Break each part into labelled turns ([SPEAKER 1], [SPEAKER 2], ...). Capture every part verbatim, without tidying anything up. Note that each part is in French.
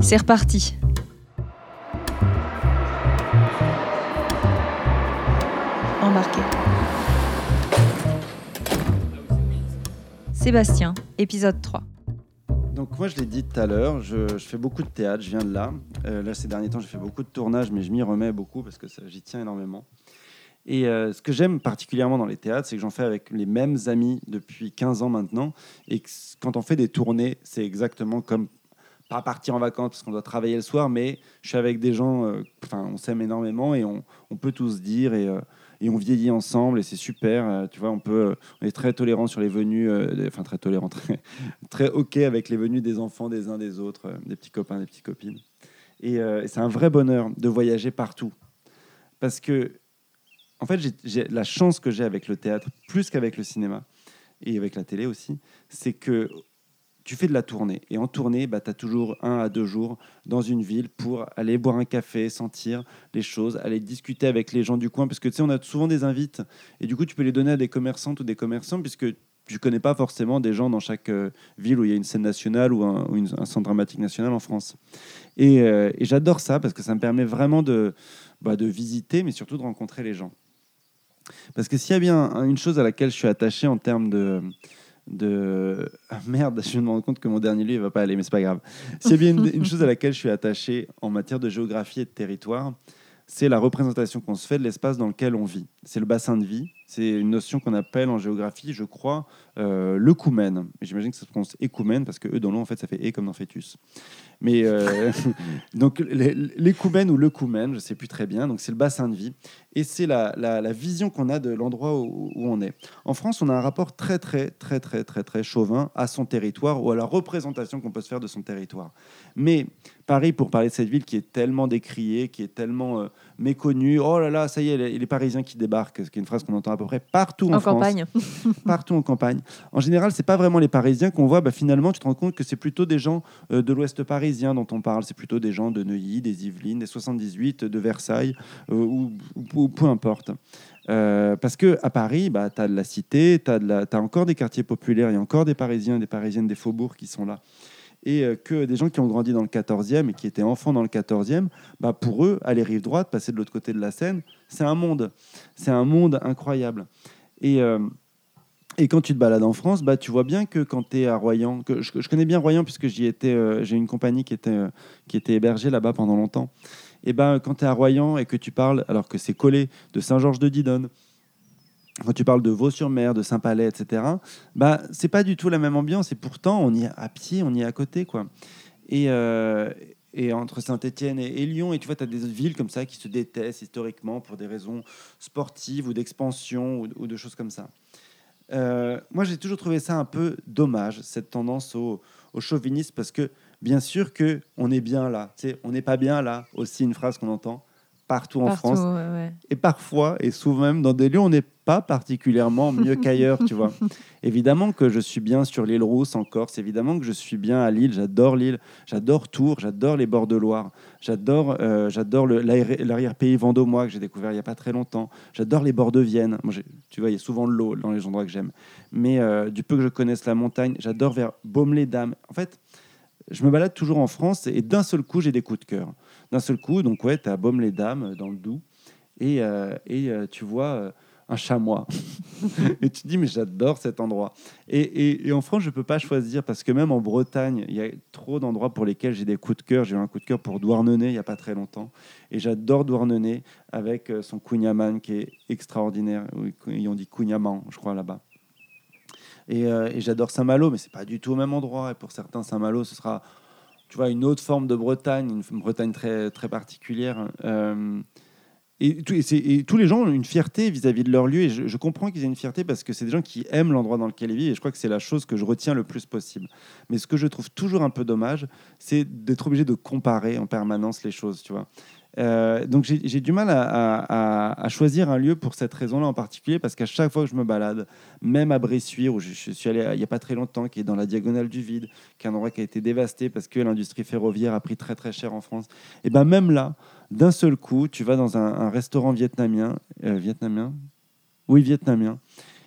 [SPEAKER 1] C'est reparti. Embarqué. Sébastien, épisode trois.
[SPEAKER 2] Donc moi je l'ai dit tout à l'heure, je, je fais beaucoup de théâtre, je viens de là. Euh, là ces derniers temps j'ai fait beaucoup de tournages, mais je m'y remets beaucoup parce que ça, j'y tiens énormément. Et euh, ce que j'aime particulièrement dans les théâtres, c'est que j'en fais avec les mêmes amis depuis quinze ans maintenant. Et que quand on fait des tournées, c'est exactement comme, pas partir en vacances parce qu'on doit travailler le soir, mais je suis avec des gens, euh, on s'aime énormément et on, on peut tout se dire et, euh, et on vieillit ensemble et c'est super. Euh, tu vois, on, peut, on est très tolérant sur les venues, euh, des, enfin très tolérant, très, très OK avec les venues des enfants des uns des autres, euh, des petits copains, des petites copines. Et, euh, et c'est un vrai bonheur de voyager partout. Parce que En fait, j'ai, j'ai, la chance que j'ai avec le théâtre, plus qu'avec le cinéma, et avec la télé aussi, c'est que tu fais de la tournée. Et en tournée, bah, tu as toujours un à deux jours dans une ville pour aller boire un café, sentir les choses, aller discuter avec les gens du coin. Parce que tu sais, on a souvent des invites, et du coup, tu peux les donner à des commerçantes ou des commerçants, puisque tu ne connais pas forcément des gens dans chaque euh, ville où il y a une scène nationale ou un, ou une, un centre dramatique national en France. Et, euh, et j'adore ça, parce que ça me permet vraiment de, bah, de visiter, mais surtout de rencontrer les gens. Parce que s'il y a bien une chose à laquelle je suis attaché en termes de... de... Ah merde, je me rends compte que mon dernier livre ne va pas aller, mais c'est pas grave. S'il y a bien une, une chose à laquelle je suis attaché en matière de géographie et de territoire, c'est la représentation qu'on se fait de l'espace dans lequel on vit. C'est le bassin de vie. C'est une notion qu'on appelle en géographie, je crois, euh, l'œcoumène. J'imagine que ça se prononce écoumène parce que eux dans l'eau, en fait, ça fait é comme dans fœtus. Mais euh, donc l'écoumène ou l'œcoumène, je ne sais plus très bien. Donc c'est le bassin de vie et c'est la, la, la vision qu'on a de l'endroit où, où on est. En France, on a un rapport très très très très très très chauvin à son territoire ou à la représentation qu'on peut se faire de son territoire. Mais Paris, pour parler de cette ville qui est tellement décriée, qui est tellement euh, méconnue, oh là là, ça y est, les, les Parisiens qui débarquent, ce qui est une phrase qu'on entend à peu près partout en,
[SPEAKER 1] en
[SPEAKER 2] France,
[SPEAKER 1] campagne.
[SPEAKER 2] partout en campagne. En général, c'est pas vraiment les Parisiens qu'on voit. Bah, finalement, tu te rends compte que c'est plutôt des gens euh, de l'Ouest parisien dont on parle. C'est plutôt des gens de Neuilly, des Yvelines, des soixante-dix-huit, de Versailles, euh, ou, ou, ou peu importe. Euh, parce qu'à Paris, bah, tu as de la cité, tu as encore des quartiers populaires, il y a encore des Parisiens, des Parisiennes, des faubourgs qui sont là. Et euh, que des gens qui ont grandi dans le quatorzième et qui étaient enfants dans le quatorzième, bah, pour eux, aller rive droite, passer de l'autre côté de la Seine, c'est un monde. C'est un monde incroyable. Et... Euh, Et quand tu te balades en France, bah, tu vois bien que quand tu es à Royan, que je, je connais bien Royan puisque j'y étais, euh, j'ai une compagnie qui était, euh, qui était hébergée là-bas pendant longtemps. Et ben, quand tu es à Royan et que tu parles, alors que c'est collé, de Saint-Georges-de-Didonne, quand tu parles de Vaux-sur-Mer, de Saint-Palais, et cetera, bah, ce n'est pas du tout la même ambiance. Et pourtant, on y est à pied, on y est à côté, quoi. Et, euh, et entre Saint-Étienne et, et Lyon, et tu vois, tu as des villes comme ça qui se détestent historiquement pour des raisons sportives ou d'expansion ou, ou de choses comme ça. Euh, moi, j'ai toujours trouvé ça un peu dommage, cette tendance au, au chauvinisme, parce que bien sûr qu'on est bien là. Tu sais, on n'est pas bien là, aussi une phrase qu'on entend partout en
[SPEAKER 1] Partout,
[SPEAKER 2] France.
[SPEAKER 1] Ouais, ouais.
[SPEAKER 2] Et parfois, et souvent même dans des lieux, on n'est pas particulièrement mieux qu'ailleurs, tu vois. Évidemment que je suis bien sur l'île Rousse en Corse, évidemment que je suis bien à Lille, j'adore Lille, j'adore Tours, j'adore les bords de Loire, j'adore, euh, j'adore le, l'arrière-pays vendômois que j'ai découvert il n'y a pas très longtemps, j'adore les bords de Vienne. Moi, tu vois, il y a souvent de l'eau dans les endroits que j'aime. Mais euh, du peu que je connaisse la montagne, j'adore vers Baume-les-Dames. En fait, je me balade toujours en France et d'un seul coup, j'ai des coups de cœur. D'un seul coup, donc ouais, tu as Baume-les-Dames dans le Doubs et, euh, et euh, tu vois euh, un chamois. Et tu te dis, mais j'adore cet endroit. Et, et, et en France, je ne peux pas choisir parce que même en Bretagne, il y a trop d'endroits pour lesquels j'ai des coups de cœur. J'ai eu un coup de cœur pour Douarnenez il n'y a pas très longtemps. Et j'adore Douarnenez avec son Cugnaman qui est extraordinaire. Ils ont dit Cugnaman, je crois, là-bas. Et, euh, et j'adore Saint-Malo, mais ce n'est pas du tout au même endroit. Et pour certains, Saint-Malo, ce sera, tu vois, une autre forme de Bretagne, une Bretagne très, très particulière. Euh, et, tout, et, c'est, et tous les gens ont une fierté vis-à-vis de leur lieu. Et je, je comprends qu'ils aient une fierté parce que c'est des gens qui aiment l'endroit dans lequel ils vivent. Et je crois que c'est la chose que je retiens le plus possible. Mais ce que je trouve toujours un peu dommage, c'est d'être obligé de comparer en permanence les choses, tu vois. Euh, donc j'ai, j'ai du mal à, à, à choisir un lieu pour cette raison-là en particulier, parce qu'à chaque fois que je me balade, même à Bressuire, où je, je suis allé il n'y a pas très longtemps, qui est dans la diagonale du vide, qui est un endroit qui a été dévasté parce que l'industrie ferroviaire a pris très très cher en France, et ben même là, d'un seul coup, tu vas dans un, un restaurant vietnamien, euh, vietnamien, oui vietnamien,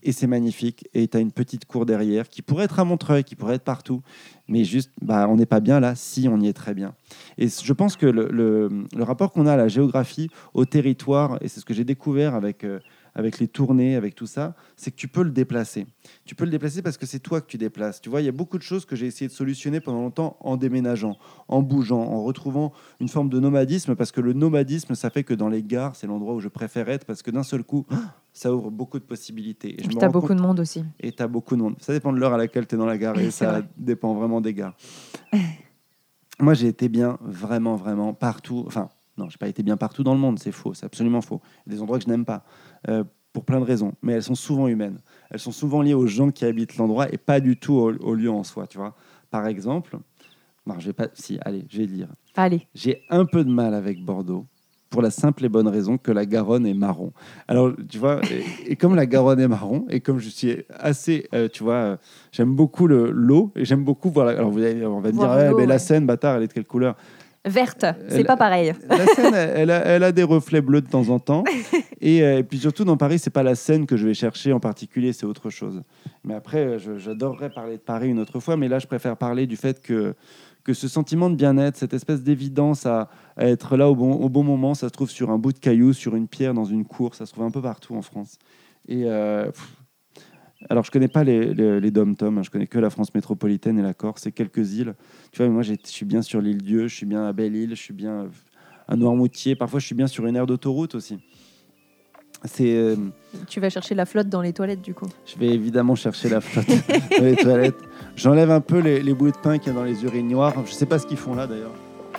[SPEAKER 2] et c'est magnifique. Et tu as une petite cour derrière qui pourrait être à Montreuil, qui pourrait être partout. Mais juste, bah, on n'est pas bien là si on y est très bien. Et je pense que le, le, le rapport qu'on a à la géographie, au territoire, et c'est ce que j'ai découvert avec, euh, avec les tournées, avec tout ça, c'est que tu peux le déplacer. Tu peux le déplacer parce que c'est toi que tu déplaces. Tu vois, il y a beaucoup de choses que j'ai essayé de solutionner pendant longtemps en déménageant, en bougeant, en retrouvant une forme de nomadisme, parce que le nomadisme, ça fait que dans les gares, c'est l'endroit où je préfère être, parce que d'un seul coup, ça ouvre beaucoup de possibilités. Et
[SPEAKER 1] puis tu as beaucoup compte... de monde aussi.
[SPEAKER 2] Et tu as beaucoup de monde. Ça dépend de l'heure à laquelle tu es dans la gare, et ça vrai. dépend vraiment des gares. Moi, j'ai été bien, vraiment, vraiment, partout. Enfin, non, je n'ai pas été bien partout dans le monde, c'est faux, c'est absolument faux. Il y a des endroits que je n'aime pas, euh, pour plein de raisons, mais elles sont souvent humaines. Elles sont souvent liées aux gens qui habitent l'endroit et pas du tout au, au lieu en soi, tu vois. Par exemple, non, je vais pas... Si, allez, je vais dire.
[SPEAKER 1] Allez.
[SPEAKER 2] J'ai un peu de mal avec Bordeaux, pour la simple et bonne raison que la Garonne est marron. Alors, tu vois, et, et comme la Garonne est marron, et comme je suis assez, euh, tu vois, euh, j'aime beaucoup le, l'eau, et j'aime beaucoup voir... La, alors, vous allez, on va me dire, ouais, mais ouais. La Seine, bâtard, elle est de quelle couleur ?
[SPEAKER 1] Verte, c'est elle, pas pareil.
[SPEAKER 2] La Seine, elle, elle, a, elle a des reflets bleus de temps en temps. Et, euh, et puis surtout, dans Paris, c'est pas la Seine que je vais chercher en particulier, c'est autre chose. Mais après, je, j'adorerais parler de Paris une autre fois, mais là, je préfère parler du fait que, que ce sentiment de bien-être, cette espèce d'évidence à, à être là au bon, au bon moment, ça se trouve sur un bout de caillou, sur une pierre, dans une cour, ça se trouve un peu partout en France. Et... Euh, pff, alors, je ne connais pas les, les, les dom-toms, hein, je connais que la France métropolitaine et la Corse et quelques îles. Tu vois, moi, je suis bien sur l'île Dieu, je suis bien à Belle-Île, je suis bien à Noirmoutier. Parfois, je suis bien sur une aire d'autoroute aussi. C'est, euh...
[SPEAKER 1] Tu vas chercher la flotte dans les toilettes, du coup.
[SPEAKER 2] Je vais évidemment chercher la flotte dans les toilettes. J'enlève un peu les, les bouts de pain qu'il y a dans les urinoirs. Je ne sais pas ce qu'ils font là, d'ailleurs.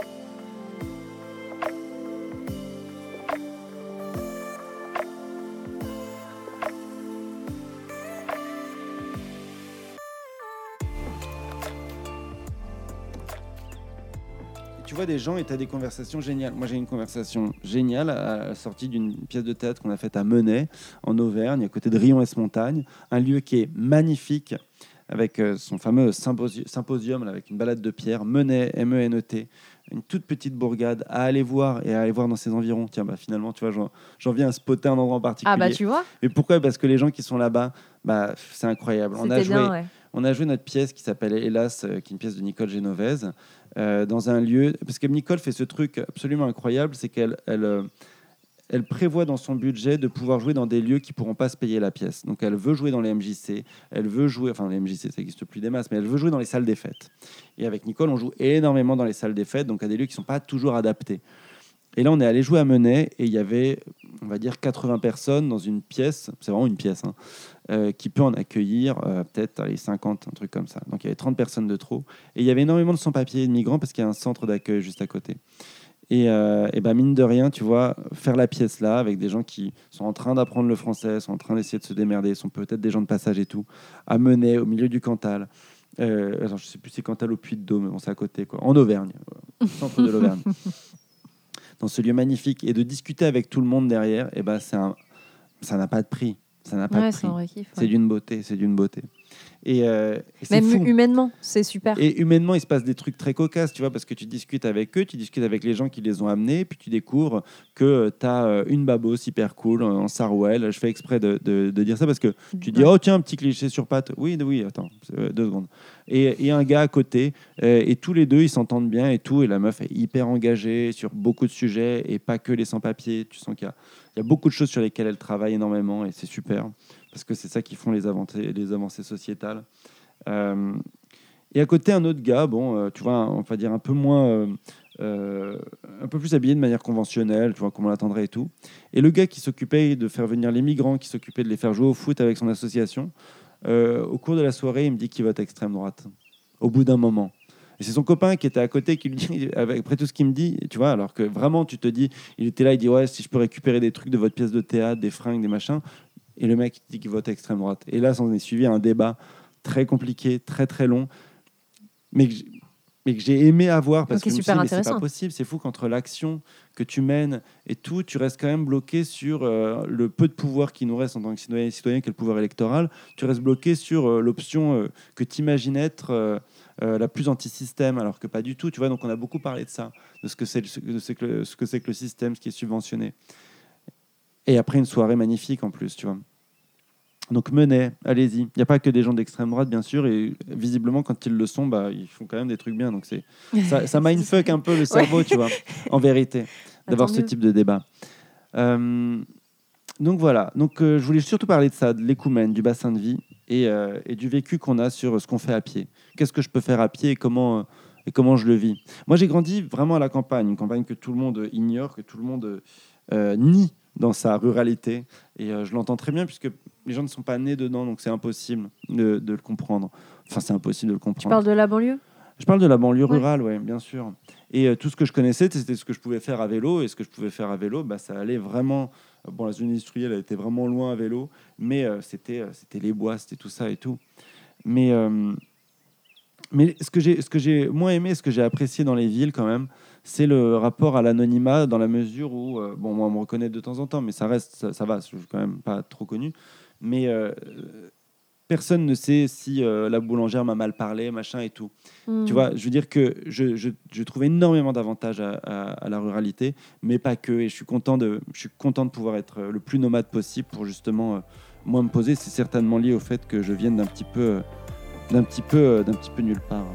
[SPEAKER 2] Tu vois des gens et tu as des conversations géniales. Moi, j'ai une conversation géniale à la sortie d'une pièce de théâtre qu'on a faite à Menay, en Auvergne, à côté de Rion-Esmontagne, un lieu qui est magnifique, avec son fameux symposi- symposium, là, avec une balade de pierre, Menay, M E N E T, une toute petite bourgade à aller voir et à aller voir dans ses environs. Tiens, bah, finalement, tu vois, j'en, j'en viens à spotter un endroit en particulier.
[SPEAKER 1] Ah bah tu vois.
[SPEAKER 2] Mais pourquoi ? Parce que les gens qui sont là-bas, bah, c'est incroyable.
[SPEAKER 1] C'était
[SPEAKER 2] on a joué,
[SPEAKER 1] bien, ouais.
[SPEAKER 2] On a joué notre pièce qui s'appelle Hélas, qui est une pièce de Nicole Genovese, euh, dans un lieu... Parce que Nicole fait ce truc absolument incroyable, c'est qu'elle elle, euh, elle prévoit dans son budget de pouvoir jouer dans des lieux qui ne pourront pas se payer la pièce. Donc elle veut jouer dans les M J C, elle veut jouer... Enfin, les M J C, ça n'existe plus des masses, mais elle veut jouer dans les salles des fêtes. Et avec Nicole, on joue énormément dans les salles des fêtes, donc à des lieux qui ne sont pas toujours adaptés. Et là, on est allé jouer à Menay et il y avait, on va dire, quatre-vingts personnes dans une pièce, c'est vraiment une pièce, hein, euh, qui peut en accueillir euh, peut-être allez, cinquante, un truc comme ça. Donc il y avait trente personnes de trop. Et il y avait énormément de sans-papiers et de migrants parce qu'il y a un centre d'accueil juste à côté. Et, euh, et ben, mine de rien, tu vois, faire la pièce là avec des gens qui sont en train d'apprendre le français, sont en train d'essayer de se démerder, sont peut-être des gens de passage et tout, à Menay, au milieu du Cantal. Euh, alors, je ne sais plus si c'est Cantal ou Puy-de-Dôme, mais bon, c'est à côté, quoi. En Auvergne, au centre de l'Auvergne. Dans ce lieu magnifique, et de discuter avec tout le monde derrière, et ben c'est un, ça n'a pas de prix. Ça n'a pas
[SPEAKER 1] ouais,
[SPEAKER 2] de prix.
[SPEAKER 1] C'est un vrai kiff. Ouais.
[SPEAKER 2] C'est d'une beauté, c'est d'une beauté. Et, euh, et c'est
[SPEAKER 1] Même
[SPEAKER 2] fou.
[SPEAKER 1] humainement, c'est super.
[SPEAKER 2] Et humainement, il se passe des trucs très cocasses, tu vois, parce que tu discutes avec eux, tu discutes avec les gens qui les ont amenés, puis tu découvres que tu as une babos hyper cool en Sarwell. Je fais exprès de, de, de dire ça parce que tu dis, ouais. Oh tiens, un petit cliché sur pattes. Oui, oui, attends, deux secondes. Et, et un gars à côté, euh, et tous les deux, ils s'entendent bien et tout, et la meuf est hyper engagée sur beaucoup de sujets, et pas que les sans-papiers. Tu sens qu'il y a, il y a beaucoup de choses sur lesquelles elle travaille énormément, et c'est super, parce que c'est ça qui font les avancées, les avancées sociétales. Euh, et à côté, un autre gars, bon, euh, tu vois, on va dire un peu moins, euh, euh, un peu plus habillé de manière conventionnelle, tu vois, comme on l'attendrait et tout. Et le gars qui s'occupait de faire venir les migrants, qui s'occupait de les faire jouer au foot avec son association, euh, au cours de la soirée, il me dit qu'il vote extrême droite, au bout d'un moment. Et c'est son copain qui était à côté qui lui dit, après tout ce qu'il me dit, tu vois, alors que vraiment, tu te dis, il était là, il dit, ouais, si je peux récupérer des trucs de votre pièce de théâtre, des fringues, des machins. Et le mec dit qu'il vote extrême droite. Et là, s'en est suivi un débat très compliqué, très très long, mais que j'ai, mais que j'ai aimé avoir parce
[SPEAKER 1] okay,
[SPEAKER 2] que je me
[SPEAKER 1] super
[SPEAKER 2] suis dit, mais c'est
[SPEAKER 1] intéressant.
[SPEAKER 2] pas possible, c'est fou qu'entre l'action que tu mènes et tout, tu restes quand même bloqué sur euh, le peu de pouvoir qui nous reste en tant que citoyen et citoyen, qui est le pouvoir électoral. Tu restes bloqué sur euh, l'option euh, que tu imagines être euh, euh, la plus anti-système, alors que pas du tout. Tu vois, donc on a beaucoup parlé de ça, de ce que c'est, de ce que, ce que c'est que le système, ce qui est subventionné. Et après une soirée magnifique en plus, tu vois. Donc menez, allez-y. Il n'y a pas que des gens d'extrême droite, bien sûr, et visiblement, quand ils le sont, bah, ils font quand même des trucs bien. Donc c'est, ça, ça mindfuck un peu le cerveau, ouais. tu vois, en vérité, d'avoir Attends ce mieux. type de débat. Euh, donc voilà, donc, euh, je voulais surtout parler de ça, de l'écoumène, du bassin de vie et, euh, et du vécu qu'on a sur ce qu'on fait à pied. Qu'est-ce que je peux faire à pied et comment, euh, et comment je le vis. Moi, j'ai grandi vraiment à la campagne, une campagne que tout le monde ignore, que tout le monde euh, nie dans sa ruralité. Et euh, je l'entends très bien puisque les gens ne sont pas nés dedans, donc c'est impossible de, de le comprendre. Enfin, c'est impossible de le comprendre.
[SPEAKER 1] Tu parles de la banlieue ?
[SPEAKER 2] Je parle de la banlieue ouais. rurale, oui, bien sûr. Et euh, tout ce que je connaissais, c'était ce que je pouvais faire à vélo. Et ce que je pouvais faire à vélo, bah, ça allait vraiment... Bon, la zone industrielle, elle était vraiment loin à vélo, mais euh, c'était, euh, c'était les bois, c'était tout ça et tout. Mais, euh, mais ce que j'ai, ce que j'ai moins aimé, ce que j'ai apprécié dans les villes quand même, c'est le rapport à l'anonymat, dans la mesure où, euh, bon, moi, on me reconnaît de temps en temps, mais ça reste, ça, ça va, je suis quand même pas trop connu. Mais euh, personne ne sait si euh, la boulangère m'a mal parlé, machin et tout. Mmh. Tu vois, je veux dire que je, je, je trouve énormément d'avantages à, à, à la ruralité, mais pas que. Et je suis content de, je suis content de pouvoir être le plus nomade possible pour justement, euh, moi, me poser. C'est certainement lié au fait que je vienne d'un petit peu, euh, d'un petit peu, euh, d'un petit peu nulle part.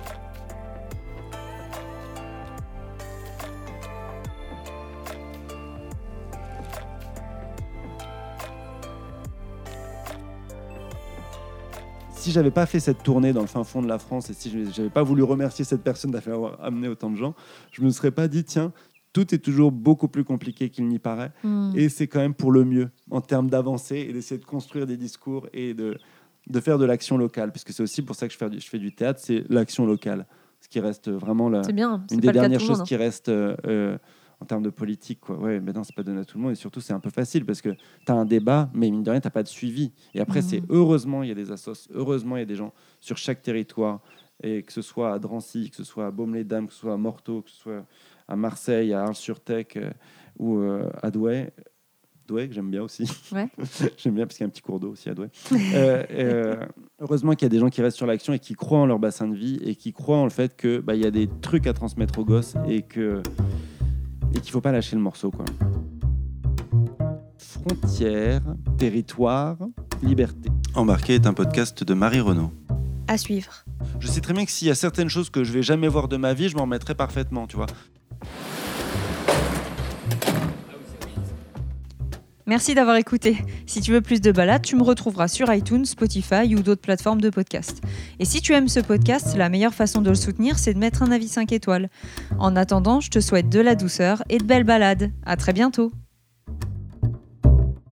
[SPEAKER 2] Si j'avais pas fait cette tournée dans le fin fond de la France et si je n'avais pas voulu remercier cette personne d'avoir amené autant de gens, je me serais pas dit tiens, tout est toujours beaucoup plus compliqué qu'il n'y paraît mmh. et c'est quand même pour le mieux en termes d'avancée et d'essayer de construire des discours et de, de faire de l'action locale, puisque c'est aussi pour ça que je fais du, je fais du théâtre, c'est l'action locale, ce qui reste vraiment la,
[SPEAKER 1] c'est bien, c'est
[SPEAKER 2] une
[SPEAKER 1] pas
[SPEAKER 2] des
[SPEAKER 1] le cas de
[SPEAKER 2] dernières
[SPEAKER 1] tout le
[SPEAKER 2] choses
[SPEAKER 1] monde, hein.
[SPEAKER 2] qui reste euh, euh, en termes de politique, quoi. Ouais, mais non, c'est pas donné à tout le monde et surtout c'est un peu facile parce que tu as un débat, mais mine de rien, tu n'as pas de suivi. Et après, mmh. c'est heureusement, il y a des assos, heureusement, il y a des gens sur chaque territoire, et que ce soit à Drancy, que ce soit à Baume-les-Dames, que ce soit à Morteau, que ce soit à Marseille, à Arles-sur-Tech euh, ou euh, à Douai. Douai, que j'aime bien aussi.
[SPEAKER 1] Ouais.
[SPEAKER 2] J'aime bien parce qu'il y a un petit cours d'eau aussi à Douai. euh, euh, heureusement qu'il y a des gens qui restent sur l'action et qui croient en leur bassin de vie et qui croient en le fait qu'il bah, y a des trucs à transmettre aux gosses et que... et qu'il ne faut pas lâcher le morceau, quoi. Frontières, territoire, liberté. Embarqué est un podcast de Marie Renaud.
[SPEAKER 1] À suivre.
[SPEAKER 2] Je sais très bien que s'il y a certaines choses que je ne vais jamais voir de ma vie, je m'en remettrai parfaitement, tu vois.
[SPEAKER 1] Merci d'avoir écouté. Si tu veux plus de balades, tu me retrouveras sur iTunes, Spotify ou d'autres plateformes de podcast. Et si tu aimes ce podcast, la meilleure façon de le soutenir, c'est de mettre un avis cinq étoiles. En attendant, je te souhaite de la douceur et de belles balades. À très bientôt.